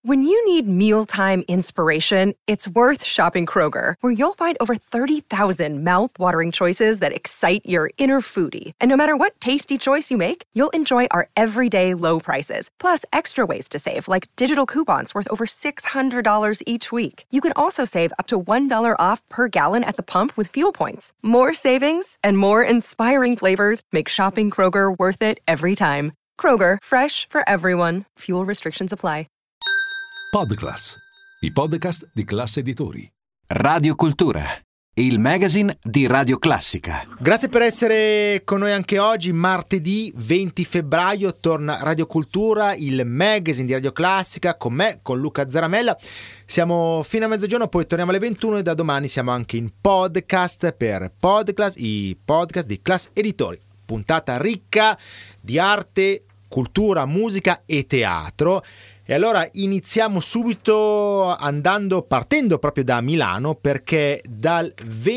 When you need mealtime inspiration, it's worth shopping Kroger, where you'll find over 30,000 mouth-watering choices that excite your inner foodie. And no matter what tasty choice you make, you'll enjoy our everyday low prices, plus extra ways to save, like digital coupons worth over $600 each week. You can also save up to $1 off per gallon at the pump with fuel points. More savings and more inspiring flavors make shopping Kroger worth it every time. Kroger, fresh for everyone. Fuel restrictions apply. Podclass, i podcast di Class Editori. Radio Cultura, il magazine di Radio Classica. Grazie per essere con noi anche oggi, martedì 20 febbraio, torna Radio Cultura, il magazine di Radio Classica, con me, con Luca Zaramella. Siamo fino a mezzogiorno, poi torniamo alle 21 e da domani siamo anche in podcast per Podclass, i podcast di Class Editori. Puntata ricca di arte, cultura, musica e teatro. E allora iniziamo subito partendo proprio da Milano, perché dal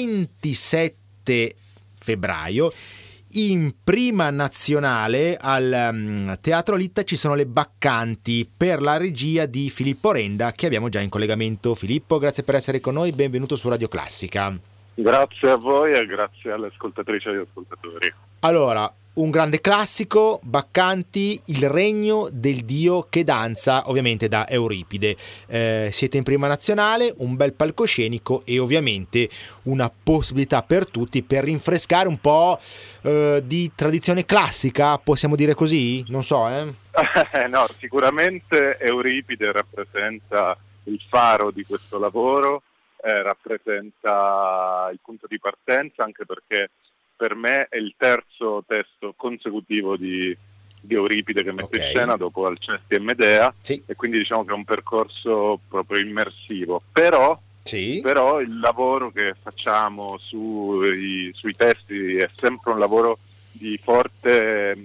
27 febbraio in prima nazionale al Teatro Litta ci sono le Baccanti per la regia di Filippo Renda, che abbiamo già in collegamento. Filippo, grazie per essere con noi, benvenuto su Radio Classica. Grazie a voi e grazie alle ascoltatrici e agli ascoltatori. Allora, un grande classico, Baccanti, il regno del dio che danza, ovviamente da Euripide. Siete in prima nazionale, un bel palcoscenico e ovviamente una possibilità per tutti per rinfrescare un po' di tradizione classica, possiamo dire così? Non so, No, sicuramente Euripide rappresenta il faro di questo lavoro, rappresenta il punto di partenza, anche perché per me è il terzo testo consecutivo di Euripide che mette in scena dopo Alcesti e Medea, sì. E quindi diciamo che è un percorso proprio immersivo, però il lavoro che facciamo sui testi è sempre un lavoro di forte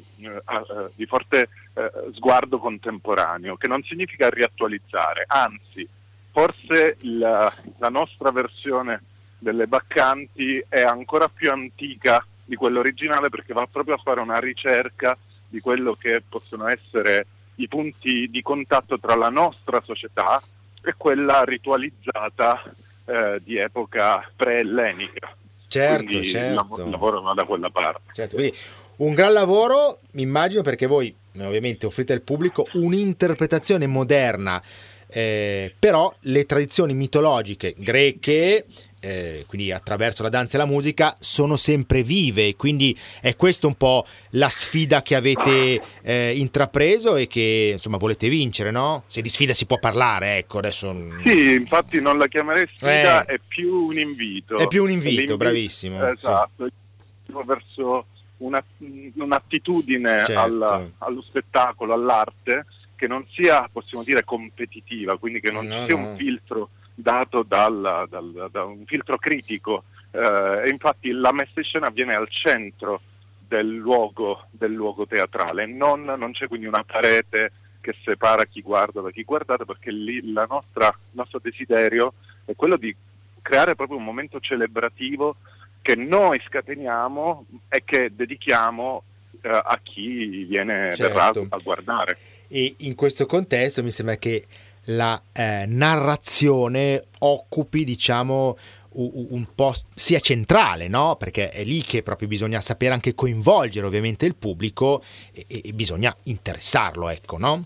sguardo contemporaneo, che non significa riattualizzare, anzi forse la nostra versione delle Baccanti è ancora più antica di quella originale, perché va proprio a fare una ricerca di quello che possono essere i punti di contatto tra la nostra società e quella ritualizzata di epoca pre-ellenica. Certo. Il lavoro va da quella parte. Certo, quindi un gran lavoro, immagino, perché voi ovviamente offrite al pubblico un'interpretazione moderna, però le tradizioni mitologiche greche, quindi attraverso la danza e la musica, sono sempre vive, quindi è questo un po' la sfida che avete intrapreso e che insomma volete vincere, no? Se di sfida si può parlare, ecco, adesso. Sì, infatti non la chiamerei sfida, è più un invito. È più un invito, bravissimo. Esatto, sì. Verso un'attitudine, certo, allo spettacolo, all'arte, che non sia, possiamo dire, competitiva, quindi che non ci sia un filtro dato da un filtro critico, e infatti la messa in scena avviene al centro del luogo teatrale, non c'è quindi una parete che separa chi guarda da chi guardate, perché lì il nostro desiderio è quello di creare proprio un momento celebrativo che noi scateniamo e che dedichiamo a chi verrà a guardare. E in questo contesto mi sembra che la narrazione occupi, diciamo, un po' sia centrale, no? Perché è lì che proprio bisogna sapere anche coinvolgere ovviamente il pubblico e bisogna interessarlo, ecco, no?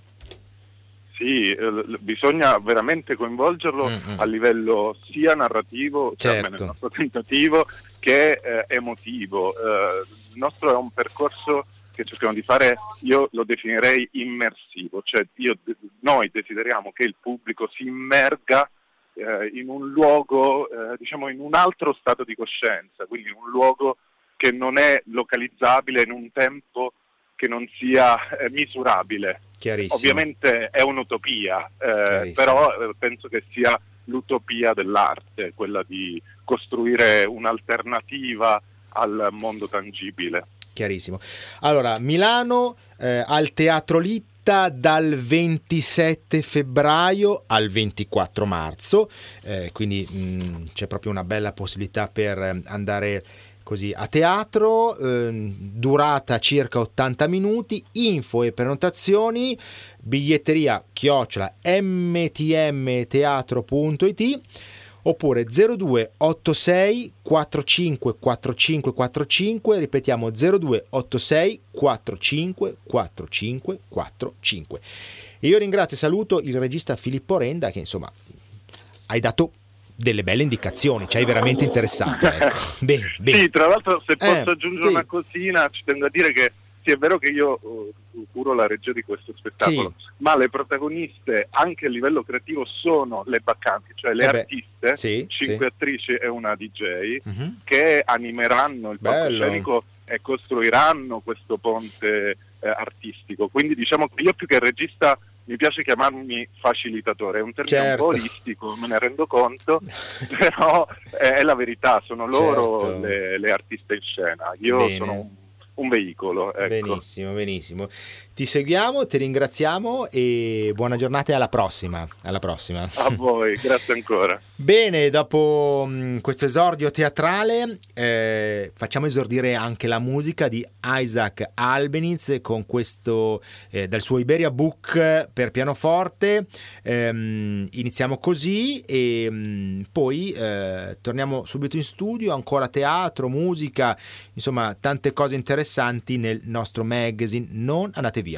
Sì, bisogna veramente coinvolgerlo a livello sia narrativo, cioè certo, nel nostro tentativo, che emotivo. Il nostro è un percorso che cerchiamo di fare, io lo definirei immersivo, cioè noi desideriamo che il pubblico si immerga in un luogo, diciamo in un altro stato di coscienza, quindi un luogo che non è localizzabile in un tempo che non sia misurabile. Ovviamente è un'utopia, però penso che sia l'utopia dell'arte, quella di costruire un'alternativa al mondo tangibile. Chiarissimo. Allora, Milano, al Teatro Litta dal 27 febbraio al 24 marzo, quindi c'è proprio una bella possibilità per andare così a teatro, durata circa 80 minuti, info e prenotazioni biglietteria @mtmteatro.it oppure 0286 45 45 45, ripetiamo 0286 45 45 45. E io ringrazio e saluto il regista Filippo Renda, che insomma hai dato delle belle indicazioni, ci hai veramente interessato, ecco. Bene. Sì, tra l'altro, se posso aggiungere sì. una cosina, ci tengo a dire che sì, è vero che io curo la regia di questo spettacolo, Sì. ma le protagoniste anche a livello creativo sono le baccanti, cioè le artiste, sì, 5 attrici e una DJ, Mhm. che animeranno il Bello. palcoscenico e costruiranno questo ponte artistico. Quindi diciamo che io, più che regista, mi piace chiamarmi facilitatore, è un termine Certo. un po' olistico, me ne rendo conto, però è la verità, sono loro Certo. le artiste in scena, io Bene. sono un veicolo. Ecco. Benissimo. Ti seguiamo, ti ringraziamo e buona giornata e alla prossima. A voi, grazie ancora. Bene, dopo questo esordio teatrale facciamo esordire anche la musica di Isaac Albeniz con questo dal suo Iberia Book per pianoforte. Iniziamo così e poi torniamo subito in studio, ancora teatro, musica, insomma tante cose interessanti nel nostro magazine. Non andate via.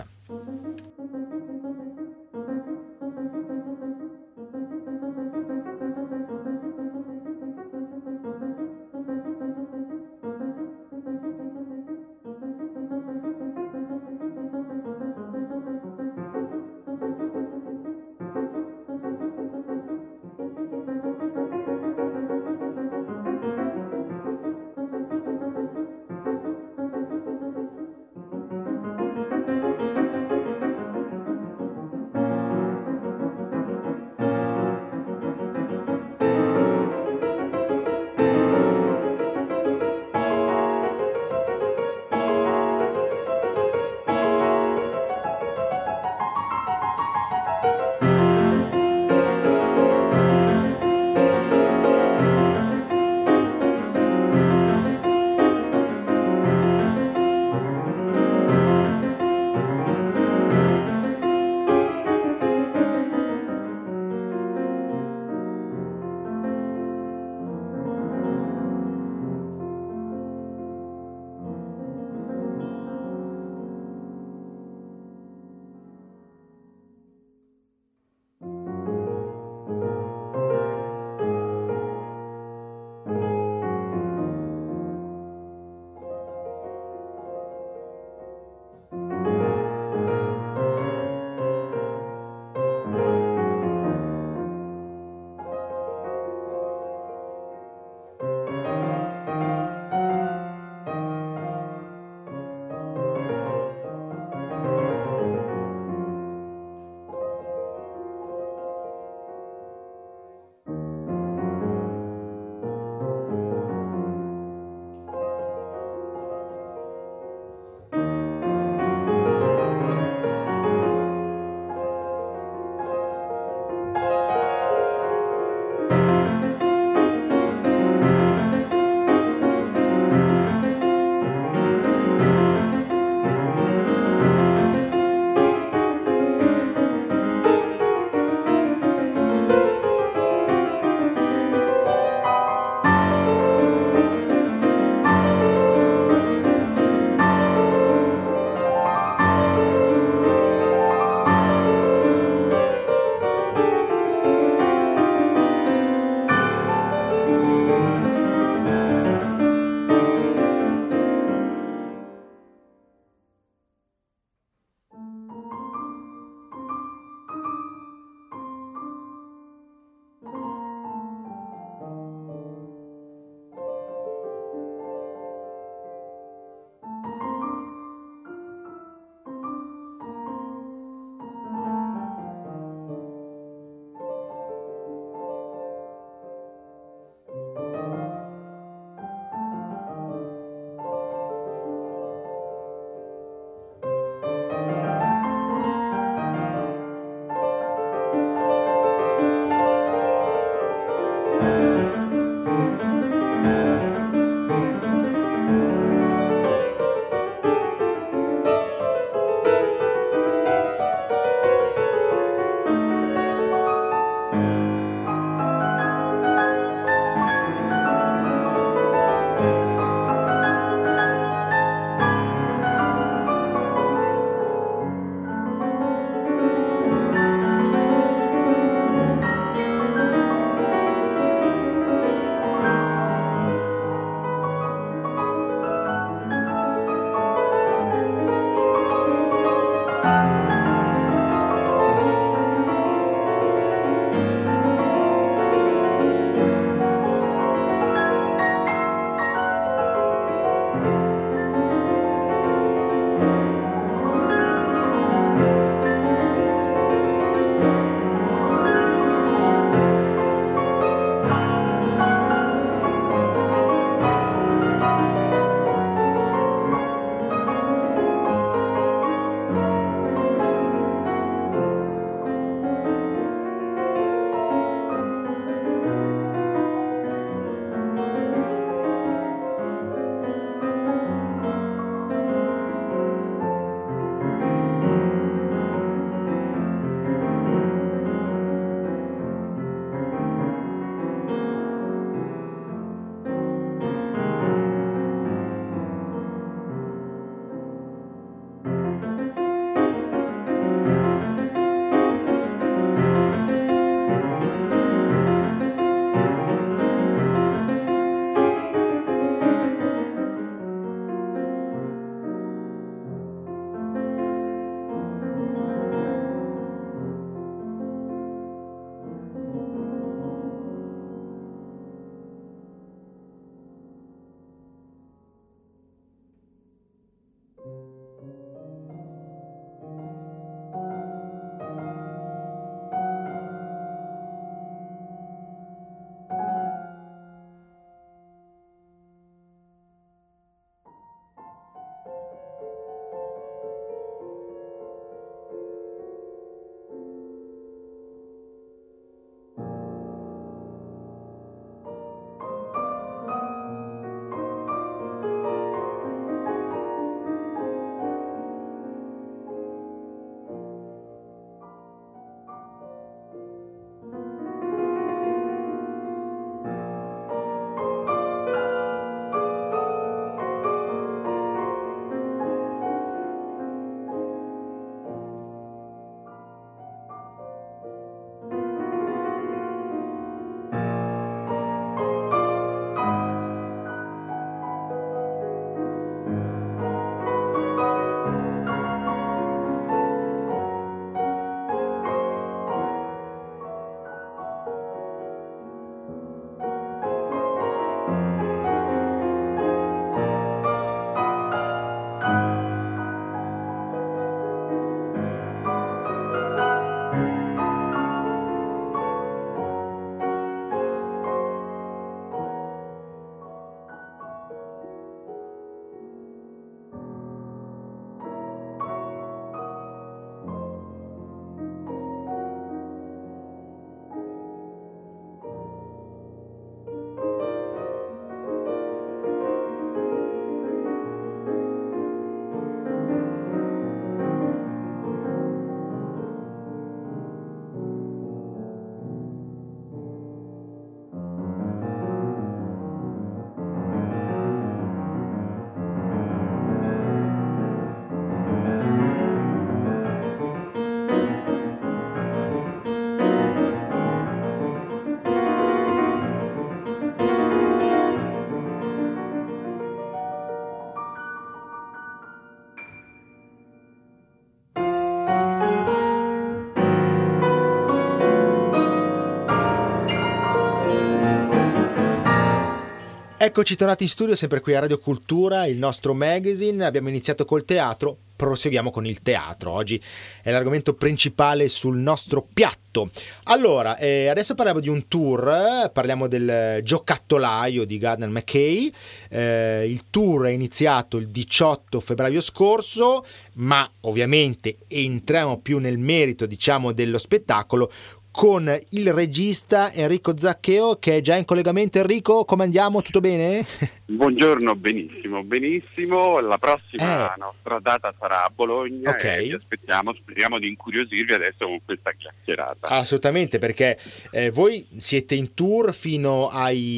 Eccoci tornati in studio, sempre qui a Radio Cultura, il nostro magazine. Abbiamo iniziato col teatro, proseguiamo con il teatro. Oggi è l'argomento principale sul nostro piatto. Allora, adesso parliamo di un tour, parliamo del Giocattolaio di Gardner McKay. Il tour è iniziato il 18 febbraio scorso, ma ovviamente entriamo più nel merito, diciamo, dello spettacolo con il regista Enrico Zaccheo, che è già in collegamento. Enrico, come andiamo? Tutto bene? Buongiorno, benissimo. La prossima nostra data sarà a Bologna, okay. E vi aspettiamo, speriamo di incuriosirvi adesso con questa chiacchierata. Assolutamente, perché voi siete in tour fino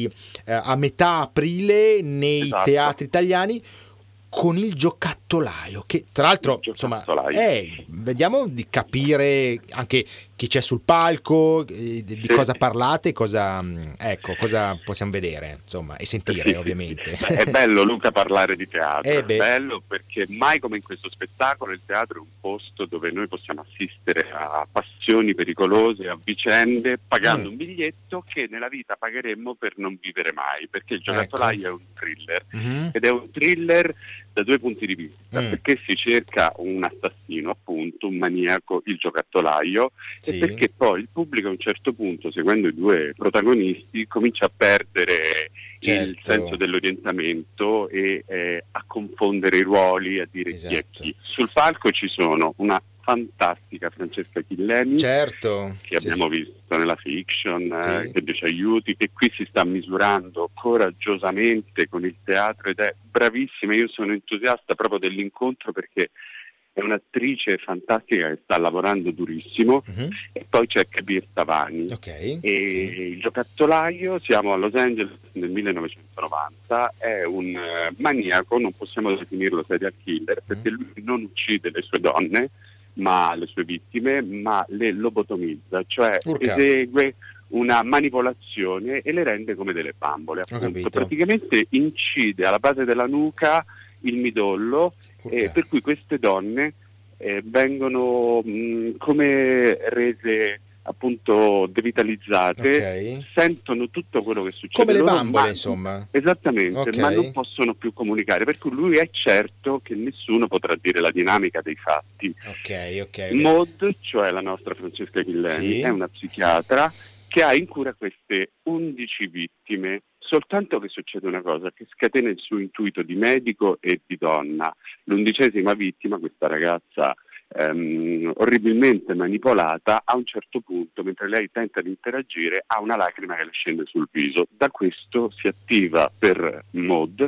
a metà aprile nei teatri italiani con il Giocattolaio, che tra l'altro insomma vediamo di capire anche chi c'è sul palco, di cosa parlate, cosa possiamo vedere, insomma, e sentire ovviamente. È bello, Luca, parlare di teatro, è bello perché mai come in questo spettacolo il teatro è un posto dove noi possiamo assistere a passioni pericolose, a vicende, pagando un biglietto che nella vita pagheremmo per non vivere mai, perché il Giocattolaio è un thriller, ed è un thriller da due punti di vista, perché si cerca un assassino, appunto, un maniaco, il giocattolaio, e perché poi il pubblico a un certo punto, seguendo i due protagonisti, comincia a perdere il senso dell'orientamento e a confondere i ruoli, a dire chi è chi. Sul palco ci sono una fantastica Francesca Chillemi, che abbiamo visto nella fiction, che ci aiuti, che qui si sta misurando coraggiosamente con il teatro ed è bravissima. Io sono entusiasta proprio dell'incontro perché è un'attrice fantastica che sta lavorando durissimo. E poi c'è Kabir Tavani e il Giocattolaio. Siamo a Los Angeles nel 1990. È un maniaco, non possiamo definirlo serial killer perché lui non uccide le sue donne, ma le sue vittime, ma le lobotomizza, cioè esegue una manipolazione e le rende come delle bambole, appunto. Praticamente incide alla base della nuca il midollo, per cui queste donne vengono come rese, appunto, devitalizzate, sentono tutto quello che succede come le loro, bambole, insomma. Esattamente, ma non possono più comunicare, per cui lui è certo che nessuno potrà dire la dinamica dei fatti. Maud, cioè la nostra Francesca Chillemi, è una psichiatra che ha in cura queste 11 vittime, soltanto che succede una cosa, che scatena il suo intuito di medico e di donna. L'11ª vittima, questa ragazza orribilmente manipolata, a un certo punto, mentre lei tenta di interagire, ha una lacrima che le scende sul viso. Da questo si attiva per Maud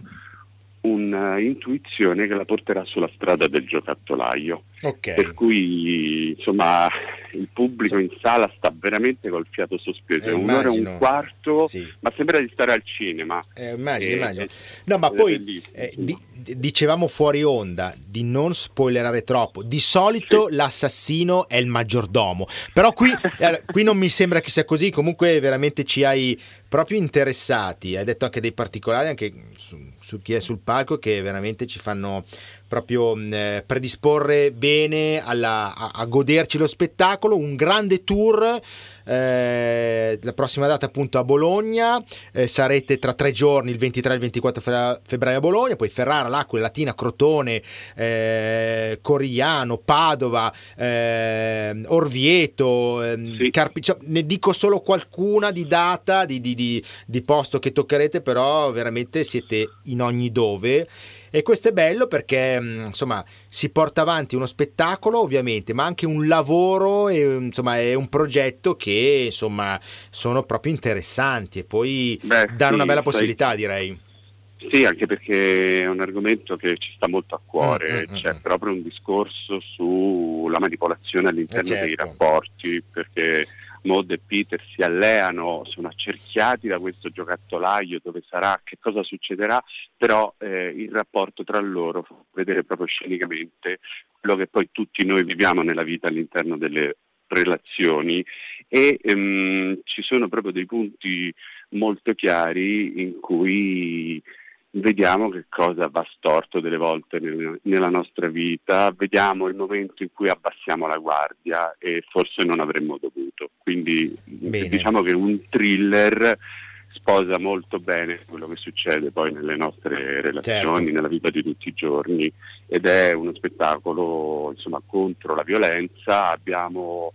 un'intuizione che la porterà sulla strada del Giocattolaio. Per cui, insomma, il pubblico in sala sta veramente col fiato sospeso. È un'ora e un quarto, ma sembra di stare al cinema. Immagino. No, ma poi dicevamo fuori onda di non spoilerare troppo. Di solito l'assassino è il maggiordomo, però qui non mi sembra che sia così. Comunque veramente ci hai proprio interessati. Hai detto anche dei particolari anche su chi è sul palco che veramente ci fanno proprio predisporre bene a goderci lo spettacolo. Un grande tour, la prossima data appunto a Bologna, sarete tra 3 giorni, il 23 e il 24 febbraio a Bologna, poi Ferrara, L'Aquila, Latina, Crotone, Corigliano, Padova, Orvieto, ne dico solo qualcuna di data, di posto che toccherete, però veramente siete in ogni dove. E questo è bello perché insomma si porta avanti uno spettacolo, ovviamente, ma anche un lavoro e insomma è un progetto che insomma sono proprio interessanti e poi danno una bella possibilità, direi. Sì, anche perché è un argomento che ci sta molto a cuore. C'è proprio un discorso sulla manipolazione all'interno dei rapporti, perché Maud e Peter si alleano, sono accerchiati da questo giocattolaio, dove sarà, che cosa succederà, però il rapporto tra loro fa vedere proprio scenicamente quello che poi tutti noi viviamo nella vita all'interno delle relazioni e ci sono proprio dei punti molto chiari in cui vediamo che cosa va storto delle volte nella nostra vita, vediamo il momento in cui abbassiamo la guardia e forse non avremmo dovuto. Quindi diciamo che un thriller sposa molto bene quello che succede poi nelle nostre relazioni, Certo. nella vita di tutti i giorni, ed è uno spettacolo, insomma, contro la violenza. Abbiamo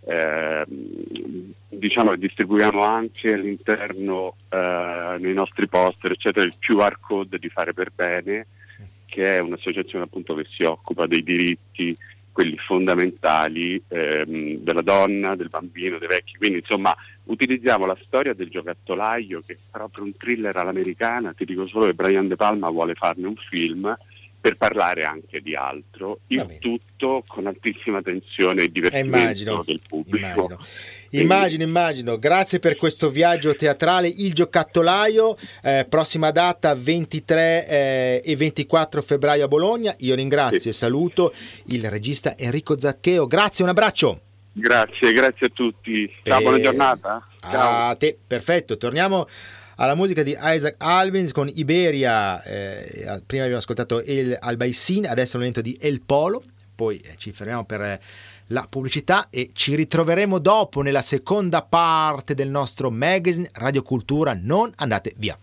diciamo, distribuiamo anche all'interno nei nostri poster eccetera il QR code di Fare per Bene, che è un'associazione appunto che si occupa dei diritti, quelli fondamentali, della donna, del bambino, dei vecchi. Quindi insomma utilizziamo la storia del giocattolaio, che è proprio un thriller all'americana. Ti dico solo che Brian De Palma vuole farne un film, per parlare anche di altro, il tutto con altissima tensione e divertimento del pubblico. Immagino. Grazie per questo viaggio teatrale. Il Giocattolaio, prossima data 23 e 24 febbraio a Bologna. Io ringrazio e saluto il regista Enrico Zaccheo. Grazie, un abbraccio. Grazie a tutti. Ciao, buona giornata. Ciao. A te, perfetto. Torniamo alla musica di Isaac Albeniz con Iberia. Prima abbiamo ascoltato El Albaicin, adesso è il momento di El Polo. Poi ci fermiamo per la pubblicità e ci ritroveremo dopo nella seconda parte del nostro magazine Radio Cultura. Non andate via.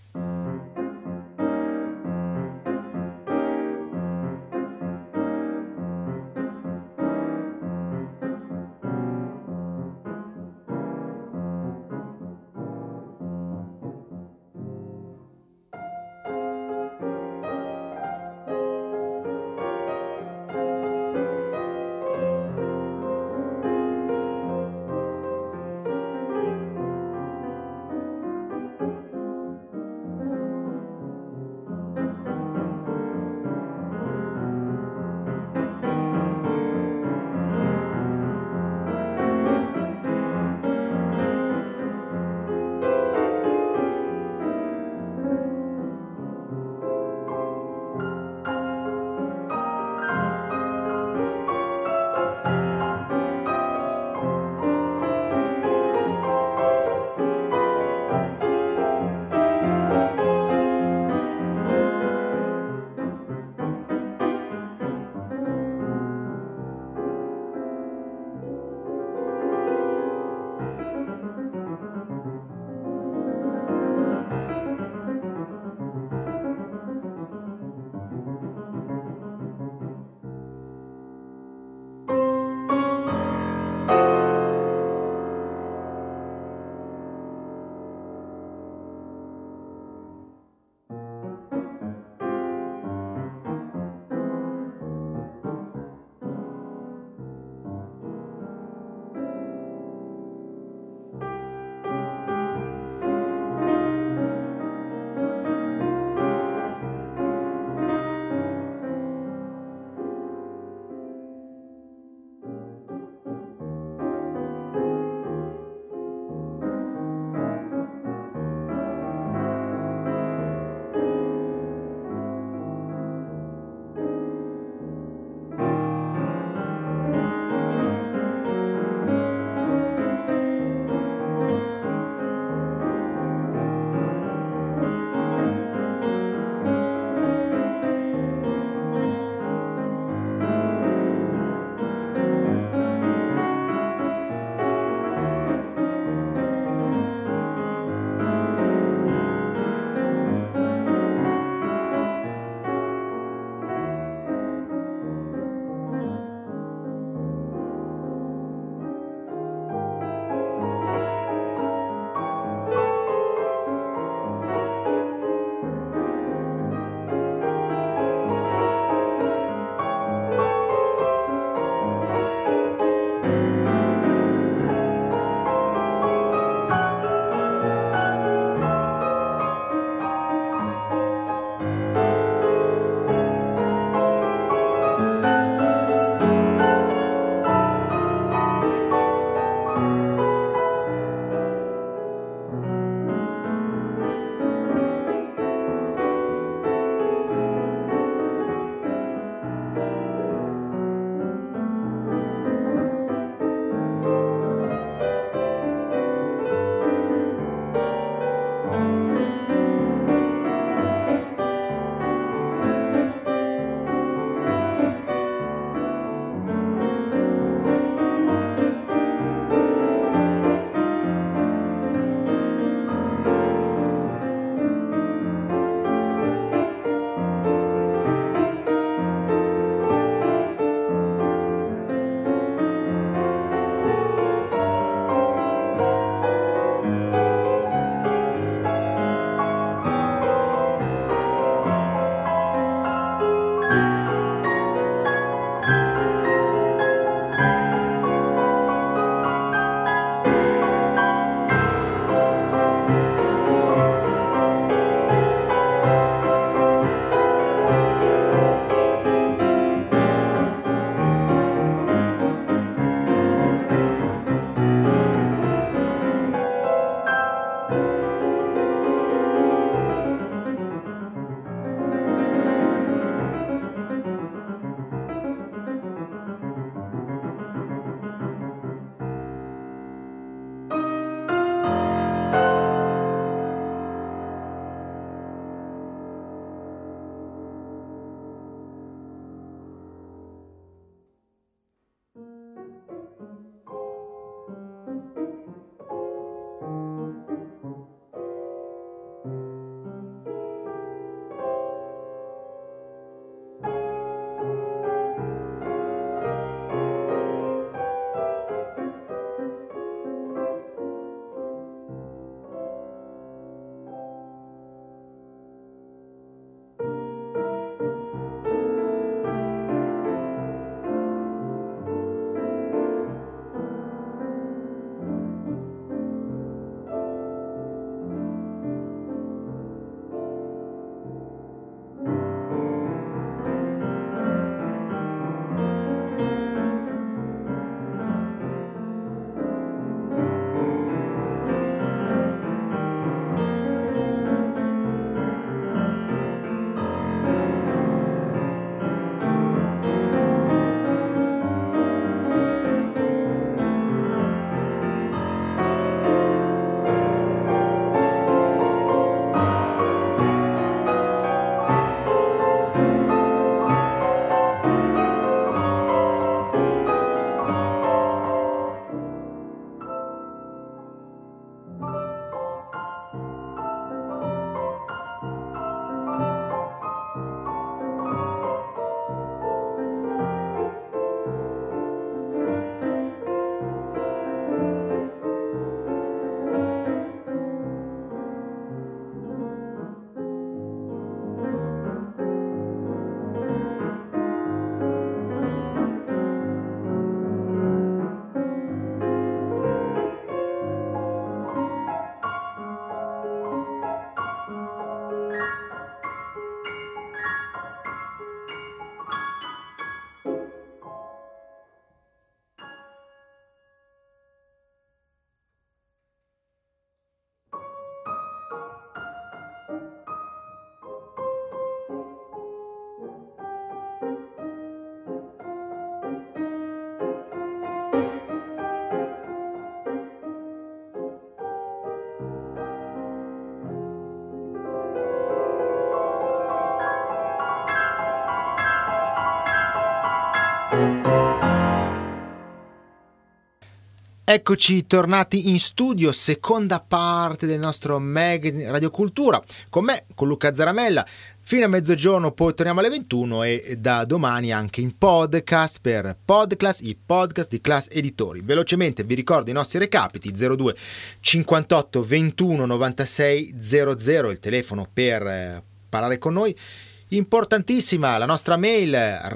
Eccoci tornati in studio, seconda parte del nostro magazine Radio Cultura, con me, con Luca Zaramella, fino a mezzogiorno, poi torniamo alle 21 e da domani anche in podcast per Podclass, i podcast di Class Editori. Velocemente vi ricordo i nostri recapiti: 02 58 21 96 00, il telefono per parlare con noi. Importantissima la nostra mail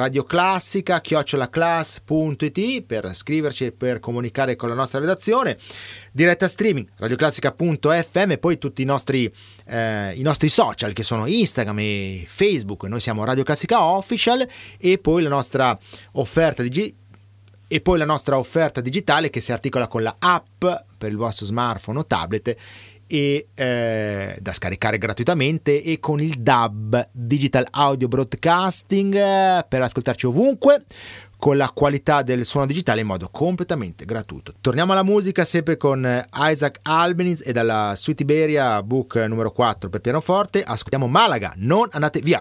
radioclassica@class.it per scriverci e per comunicare con la nostra redazione. Diretta streaming radioclassica.fm e poi tutti i nostri social che sono Instagram e Facebook. Noi siamo Radio Classica Official e poi la nostra offerta digitale che si articola con la app per il vostro smartphone o tablet e da scaricare gratuitamente, e con il DAB, Digital Audio Broadcasting, per ascoltarci ovunque con la qualità del suono digitale in modo completamente gratuito. Torniamo alla musica sempre con Isaac Albeniz e dalla Suite Iberia Book numero 4 per pianoforte. Ascoltiamo Malaga, Non andate via.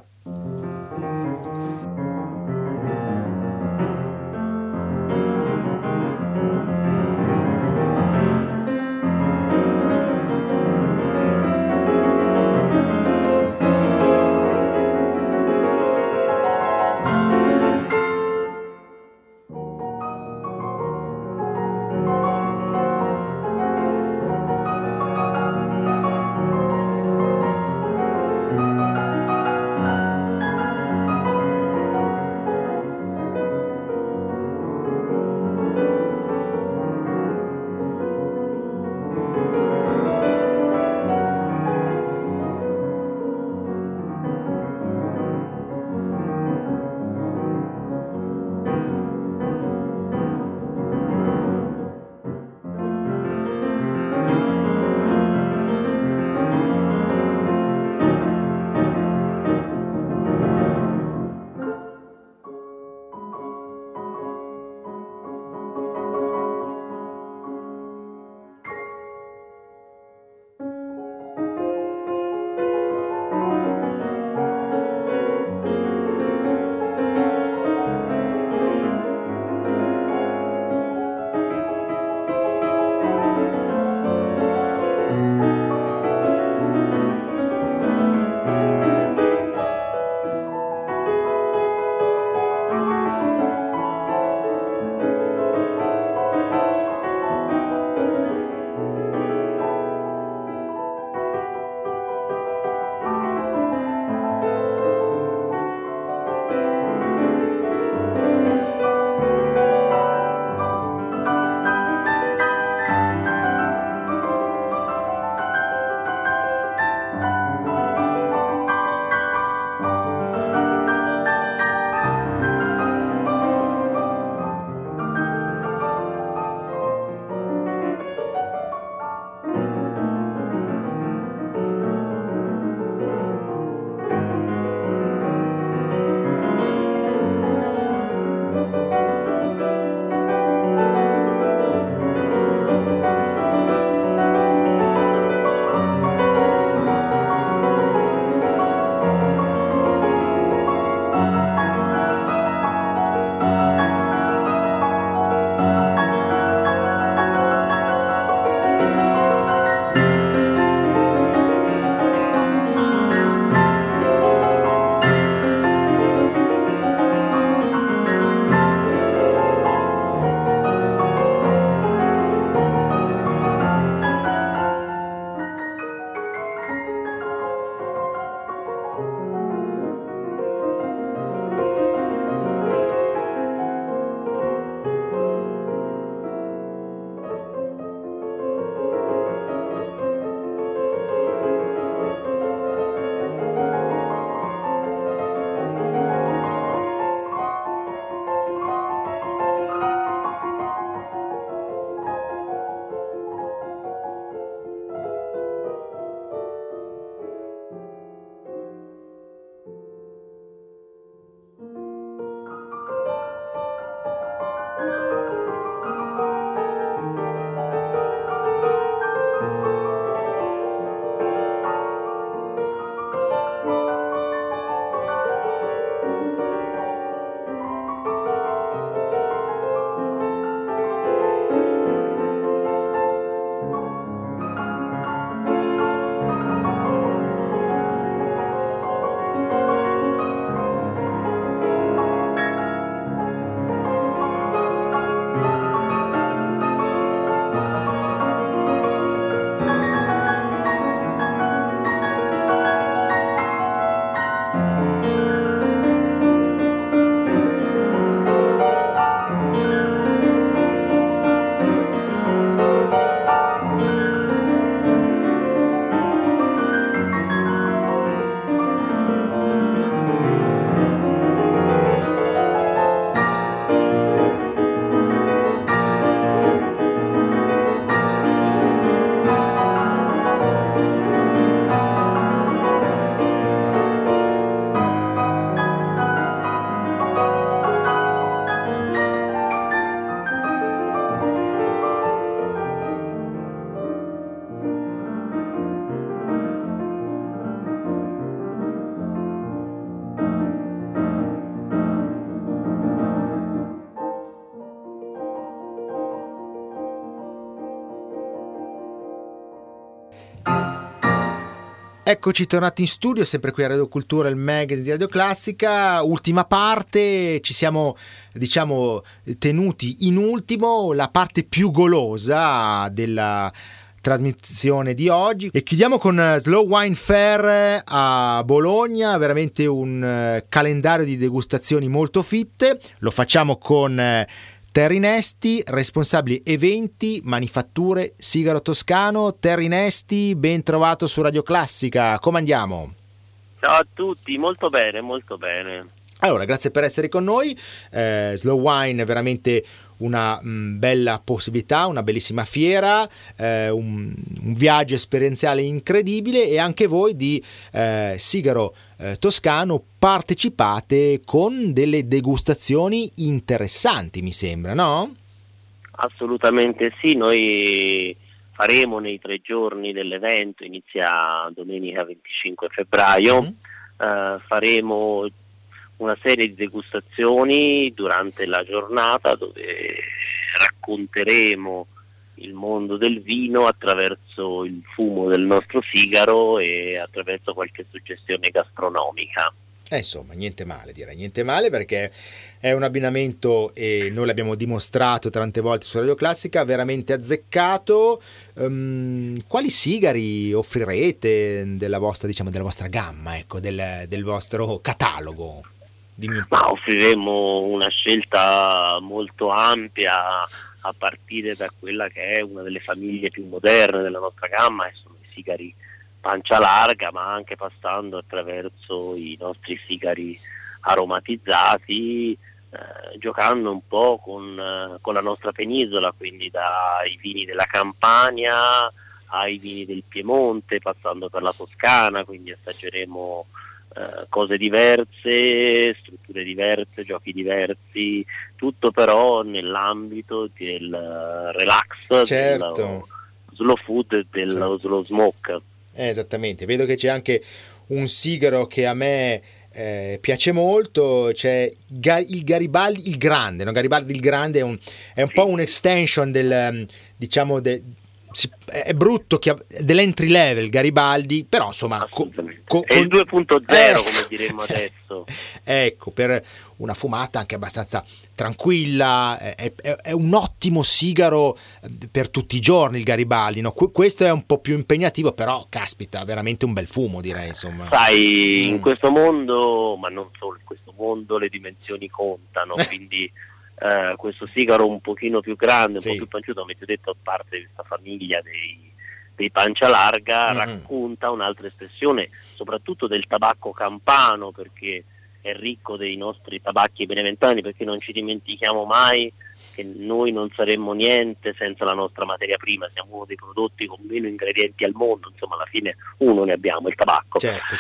Eccoci tornati in studio, sempre qui a Radio Cultura, il magazine di Radio Classica. Ultima parte, ci siamo tenuti in ultimo, la parte più golosa della trasmissione di oggi, e chiudiamo con Slow Wine Fair a Bologna, veramente un calendario di degustazioni molto fitte. Lo facciamo con Terry Nesti, responsabile eventi, manifatture, Sigaro Toscano. Terry Nesti, ben trovato su Radio Classica, come andiamo? Ciao a tutti, molto bene, molto bene. Allora, grazie per essere con noi. Slow Wine è veramente una bella possibilità, una bellissima fiera, un viaggio esperienziale incredibile, e anche voi di Sigaro Toscano partecipate con delle degustazioni interessanti, mi sembra, no? Assolutamente sì, noi faremo nei 3 giorni dell'evento, inizia domenica 25 febbraio, faremo una serie di degustazioni durante la giornata dove racconteremo il mondo del vino attraverso il fumo del nostro sigaro e attraverso qualche suggestione gastronomica. Insomma, niente male, direi, niente male, perché è un abbinamento, e noi l'abbiamo dimostrato tante volte su Radio Classica, veramente azzeccato. Quali sigari offrirete della vostra gamma, ecco, del vostro catalogo? Ma offriremo una scelta molto ampia, a partire da quella che è una delle famiglie più moderne della nostra gamma, e sono i sigari pancia larga, ma anche passando attraverso i nostri sigari aromatizzati, giocando un po' con la nostra penisola, quindi dai vini della Campania ai vini del Piemonte, passando per la Toscana, quindi assaggeremo cose diverse, strutture diverse, giochi diversi, tutto però nell'ambito del relax, certo, dello slow food e dello slow smoke. Esattamente, vedo che c'è anche un sigaro che a me piace molto, c'è il Garibaldi il Grande, no? Garibaldi il Grande è un po' un'extension del, diciamo, è brutto dell'entry level Garibaldi, però insomma è il 2.0 come diremmo adesso. Ecco, per una fumata anche abbastanza tranquilla, è un ottimo sigaro per tutti i giorni il Garibaldi, no? Questo è un po' più impegnativo, però caspita, veramente un bel fumo, direi, insomma. Sai, in questo mondo, ma non solo in questo mondo, le dimensioni contano, quindi questo sigaro un pochino più grande, un po' più panciuto, come ti ho detto, a parte di questa famiglia dei pancia larga, racconta un'altra espressione, soprattutto del tabacco campano, perché è ricco dei nostri tabacchi beneventani, perché non ci dimentichiamo mai che noi non saremmo niente senza la nostra materia prima, siamo uno dei prodotti con meno ingredienti al mondo, insomma alla fine uno ne abbiamo, il tabacco.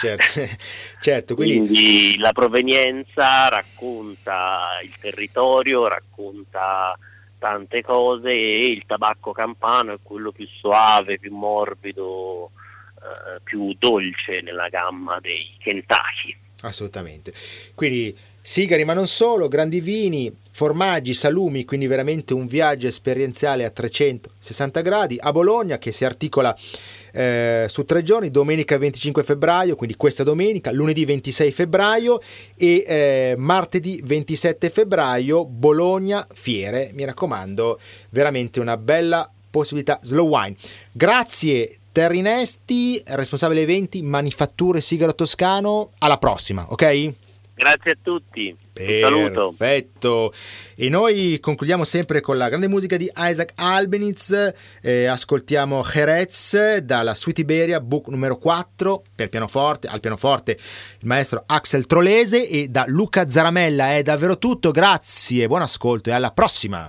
Certo, quindi la provenienza racconta il territorio, racconta tante cose, e il tabacco campano è quello più suave, più morbido, più dolce nella gamma dei Kentucky. Assolutamente, quindi sigari ma non solo, grandi vini, formaggi, salumi, quindi veramente un viaggio esperienziale a 360 gradi a Bologna, che si articola su 3 giorni, domenica 25 febbraio, quindi questa domenica, lunedì 26 febbraio e martedì 27 febbraio Bologna Fiere. Mi raccomando, veramente una bella possibilità Slow Wine. Grazie Terry Nesti, responsabile eventi, manifatture Sigaro Toscano. Alla prossima, ok? Grazie a tutti, un saluto. Perfetto. E noi concludiamo sempre con la grande musica di Isaac Albeniz, ascoltiamo Jerez dalla Suite Iberia, book numero 4 per pianoforte, al pianoforte il maestro Axel Trolese, e da Luca Zaramella è davvero tutto. Grazie, buon ascolto e alla prossima.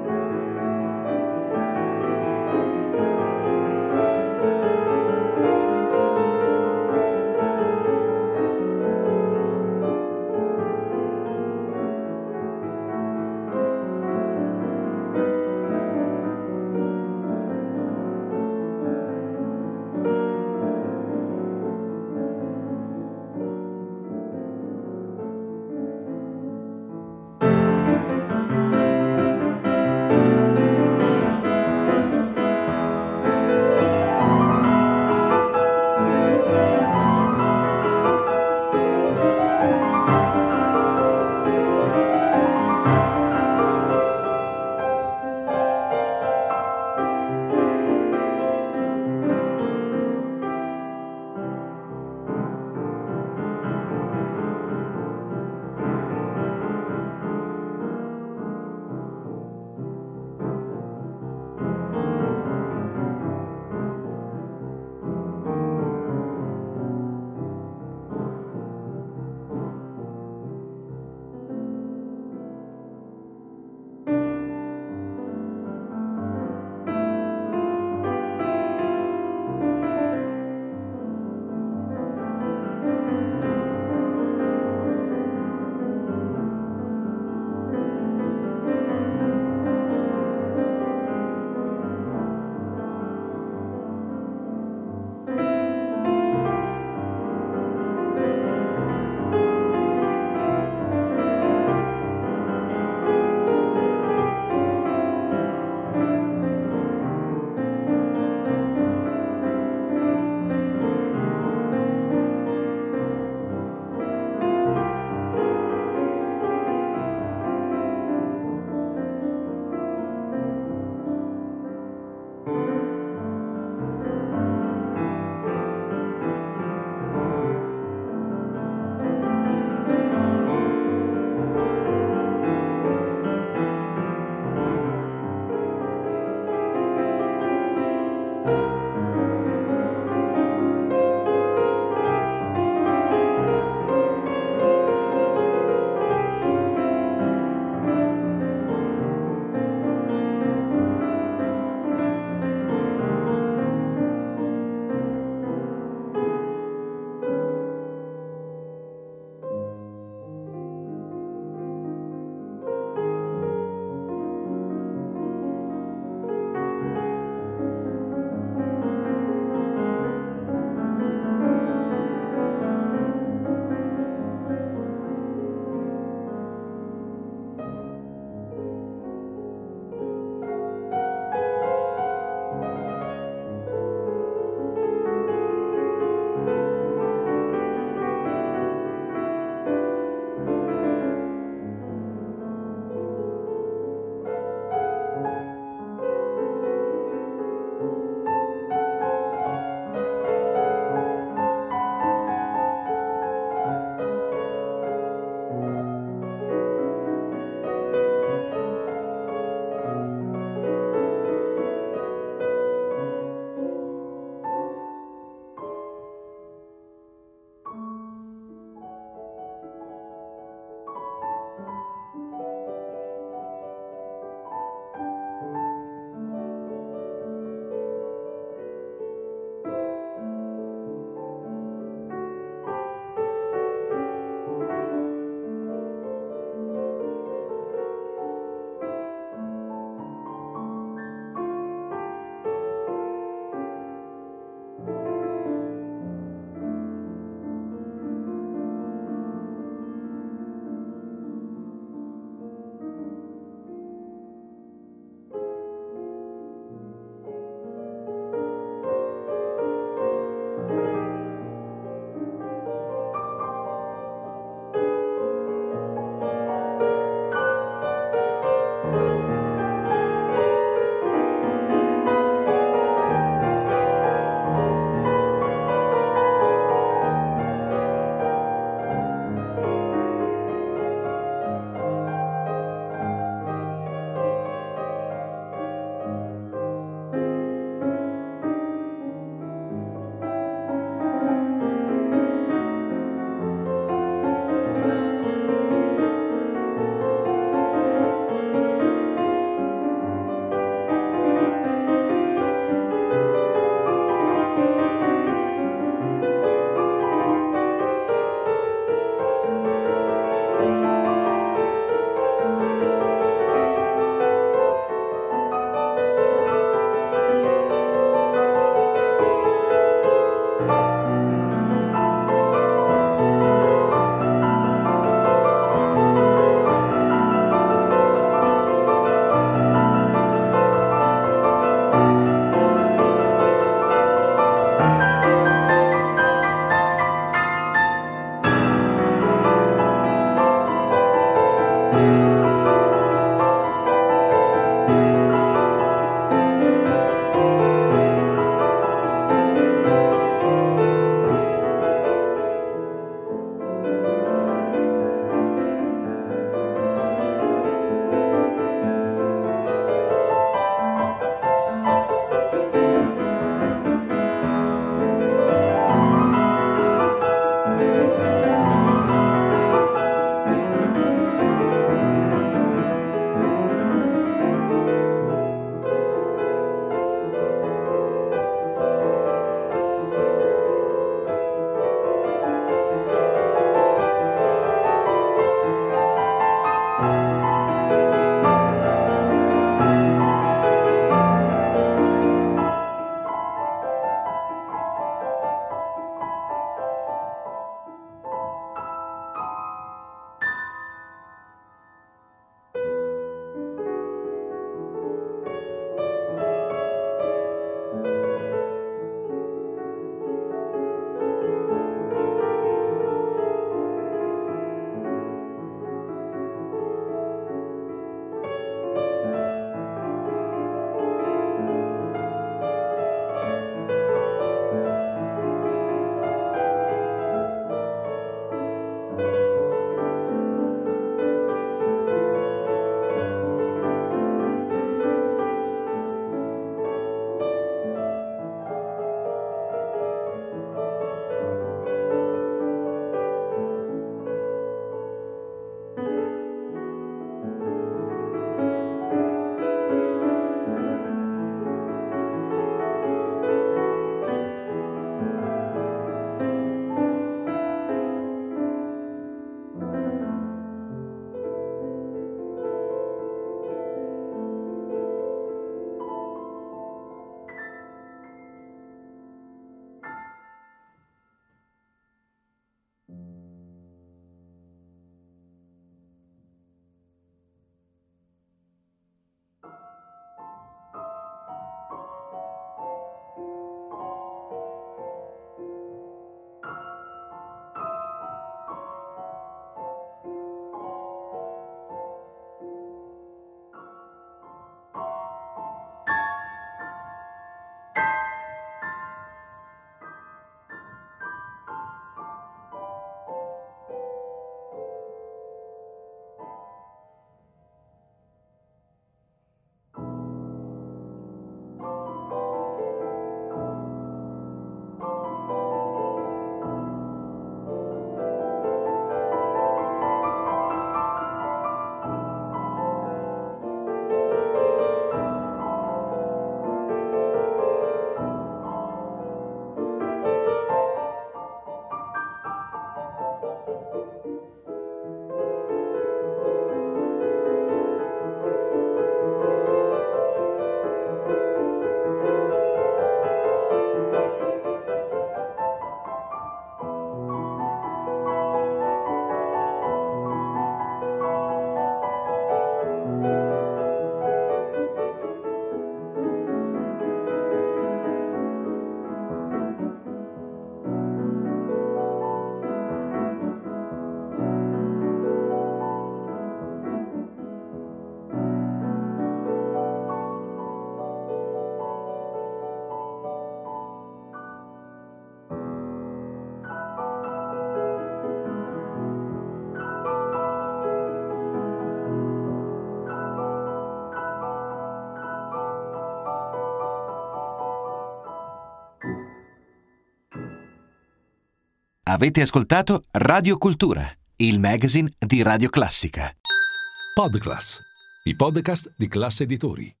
Avete ascoltato Radio Cultura, il magazine di Radio Classica. Podclass, i podcast di Classe Editori.